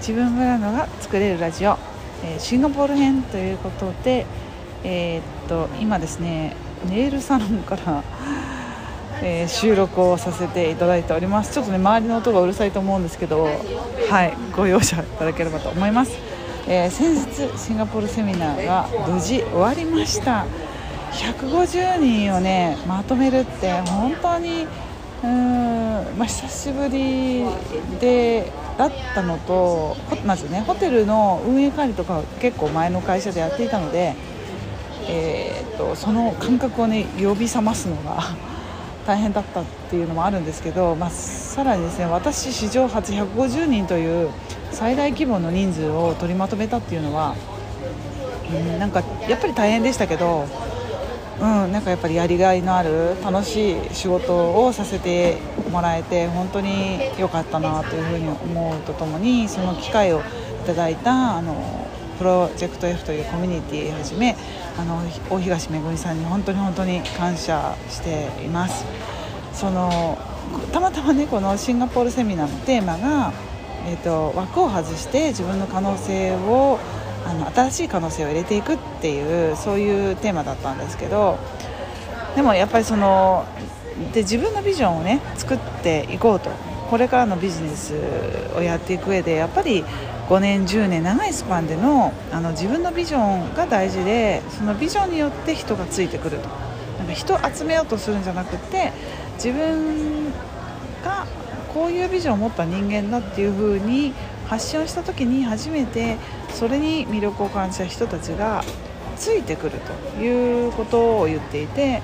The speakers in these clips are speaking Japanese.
自分ブランドが作れるラジオ、シンガポール編ということで、今ですねネイルサロンから、収録をさせていただいております。ちょっとね周りの音がうるさいと思うんですけど、はい、ご容赦いただければと思います。先日シンガポールセミナーが無事終わりました。150人をねまとめるって本当に久しぶりだったのと、まずねホテルの運営管理とか結構前の会社でやっていたので、その感覚をね呼び覚ますのが大変だったっていうのもあるんですけど、さらにですね私史上初150人という最大規模の人数を取りまとめたっていうのは、なんかやっぱり大変でしたけど、なんかやっぱりやりがいのある楽しい仕事をさせてもらえて本当に良かったなというふうに思うとともに、その機会をいただいたプロジェクト F というコミュニティをはじめ大東めぐみさんに本当に感謝しています。たまたまねこのシンガポールセミナーのテーマが、枠を外して自分の可能性を新しい可能性を入れていくっていうそういうテーマだったんですけど、でもやっぱり自分のビジョンをね作っていこうと、これからのビジネスをやっていく上でやっぱり5年10年長いスパンでの自分のビジョンが大事で、そのビジョンによって人がついてくると、なんか人を集めようとするんじゃなくて、自分がこういうビジョンを持った人間だっていう風に発信をした時に初めてそれに魅力を感じた人たちがついてくるということを言っていて、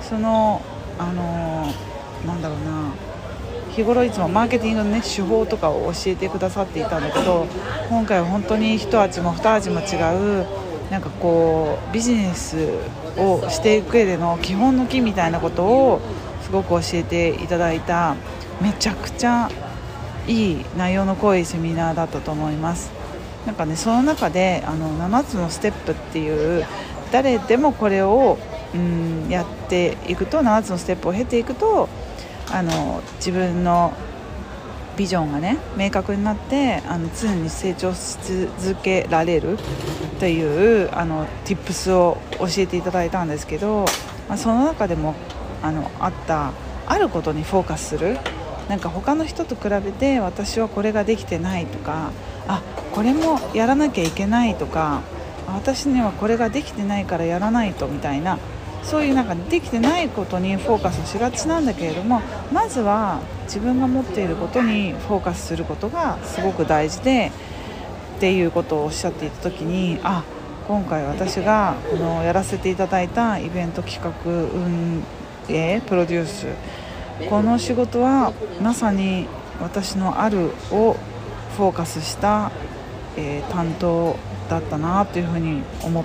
なんだろうな、日頃いつもマーケティングの、手法とかを教えてくださっていたんだけど、今回は本当に一味も二味も違う、なんかこうビジネスをしていく上での基本の木みたいなことをすごく教えていただいた、めちゃくちゃいい内容の濃いセミナーだったと思います。なんかねその中で7つのステップっていう、誰でもこれをやっていくと、7つのステップを経ていくと自分のビジョンがね明確になって常に成長し続けられるというtips を教えていただいたんですけど、その中でもあることにフォーカスする。なんか他の人と比べて私はこれができてないとか、これもやらなきゃいけないとか、私にはこれができてないからやらないとみたいな、そういうなんかできてないことにフォーカスしがちなんだけれども、まずは自分が持っていることにフォーカスすることがすごく大事でっていうことをおっしゃっていた時に、今回私がやらせていただいたイベント企画運営プロデュース、この仕事はまさに私のあるをフォーカスした、担当だったなというふうに思って、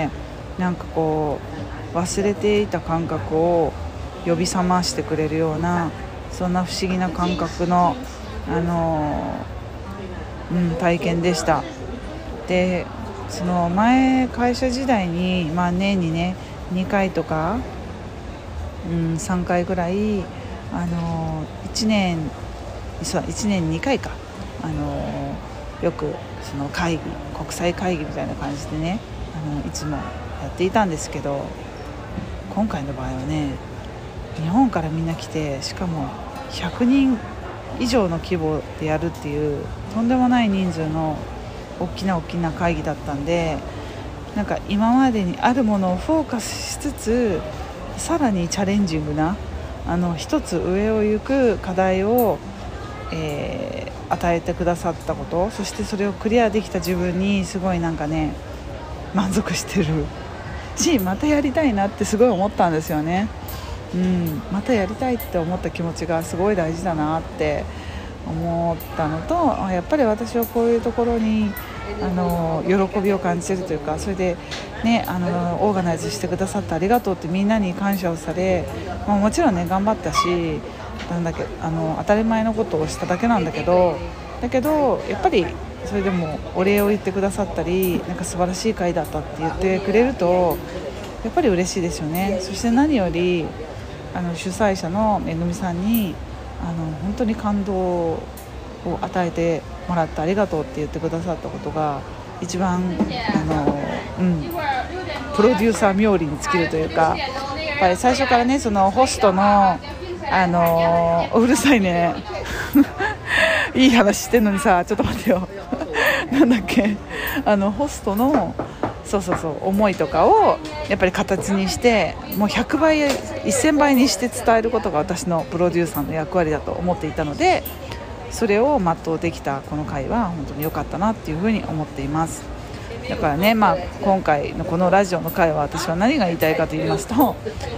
なんかこう忘れていた感覚を呼び覚ましてくれるような、そんな不思議な感覚の、体験でした。でその前会社時代に、年にね2回とか、3回ぐらい1年2回か、よくその国際会議みたいな感じでねいつもやっていたんですけど、今回の場合はね日本からみんな来て、しかも100人以上の規模でやるっていうとんでもない人数の大きな会議だったんで、なんか今までにあるものをフォーカスしつつ、さらにチャレンジングな一つ上を行く課題を、与えてくださったこと、そしてそれをクリアできた自分にすごいなんかね満足してるし、またやりたいなってすごい思ったんですよね。またやりたいって思った気持ちがすごい大事だなって思ったのと、やっぱり私はこういうところに喜びを感じているというか、それでねオーガナイズしてくださってありがとうってみんなに感謝をされ、もちろんね頑張ったし、当たり前のことをしただけなんだけどやっぱりそれでもお礼を言ってくださったり、なんか素晴らしい会だったって言ってくれるとやっぱり嬉しいですよね。そして何より主催者のめぐみさんに本当に感動を与えてもらってありがとうって言ってくださったことが一番プロデューサー冥利に尽きるというか、やっぱり最初からね、そのホストのうるさいねいい話してんのにさ、ちょっと待ってよなんだっけ、ホストの思いとかをやっぱり形にして、もう100倍1000倍にして伝えることが私のプロデューサーの役割だと思っていたので、それを全うできたこの回は本当に良かったなっていうふうに思っています。だからね、今回のこのラジオの回は私は何が言いたいかと言いますと、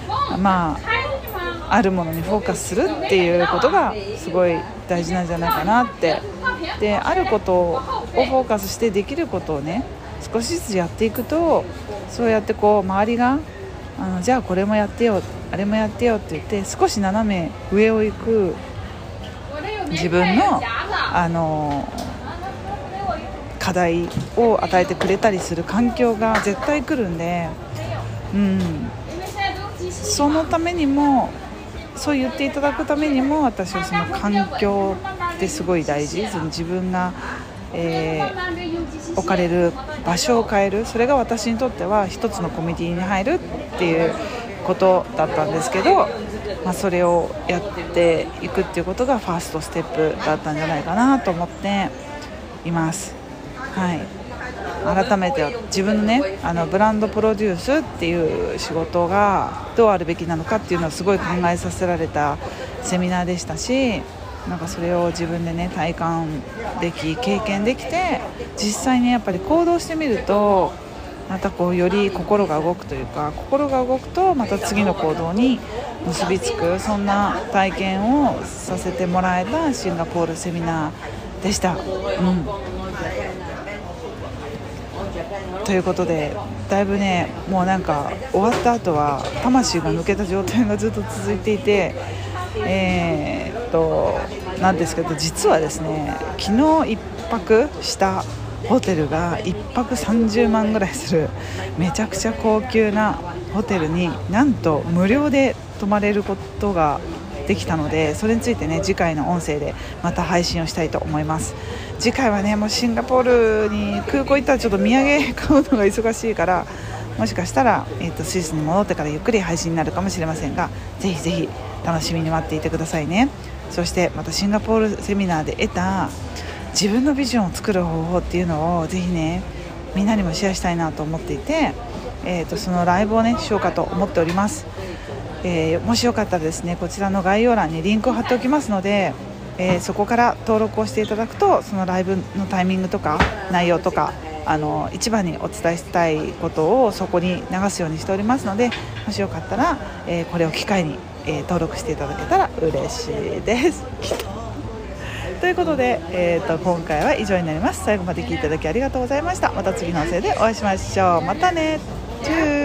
あるものにフォーカスするっていうことがすごい大事なんじゃないかなって。で、あることをフォーカスしてできることをね、少しずつやっていくと、そうやってこう周りがじゃあこれもやってよあれもやってよって言って、少し斜め上を行く自分の課題を与えてくれたりする環境が絶対来るんで、そのためにも、そう言っていただくためにも、私はその環境ってすごい大事。その自分が、置かれる場所を変える、それが私にとっては一つのコミュニティに入るっていうことだったんですけど、それをやっていくっていうことがファーストステップだったんじゃないかなと思っています。はい、改めて自分のね、ブランドプロデュースっていう仕事がどうあるべきなのかっていうのをすごい考えさせられたセミナーでしたし、なんかそれを自分でね体感でき、経験できて、実際にやっぱり行動してみると、またこうより心が動くというか、心が動くとまた次の行動に結びつく、そんな体験をさせてもらえたシンガポールセミナーでした。ということで、だいぶね、もうなんか終わった後は魂が抜けた状態がずっと続いていて、なんですけど、実はですね、昨日一泊したホテルが1泊30万ぐらいするめちゃくちゃ高級なホテルになんと無料で泊まれることができたので、それについてね、次回の音声でまた配信をしたいと思います。次回はね、もうシンガポールに空港行ったらちょっと土産買うのが忙しいから、もしかしたら、スイスに戻ってからゆっくり配信になるかもしれませんが、ぜひぜひ楽しみに待っていてくださいね。そしてまたシンガポールセミナーで得た自分のビジョンを作る方法っていうのをぜひね、みんなにもシェアしたいなと思っていて、そのライブをねしようかと思っております。もしよかったらですね、こちらの概要欄にリンクを貼っておきますので、そこから登録をしていただくと、そのライブのタイミングとか内容とか一番にお伝えしたいことをそこに流すようにしておりますので、もしよかったら、これを機会に、登録していただけたら嬉しいですということで、今回は以上になります。最後まで聞いていただきありがとうございました。また次の音声でお会いしましょう。またね。チュー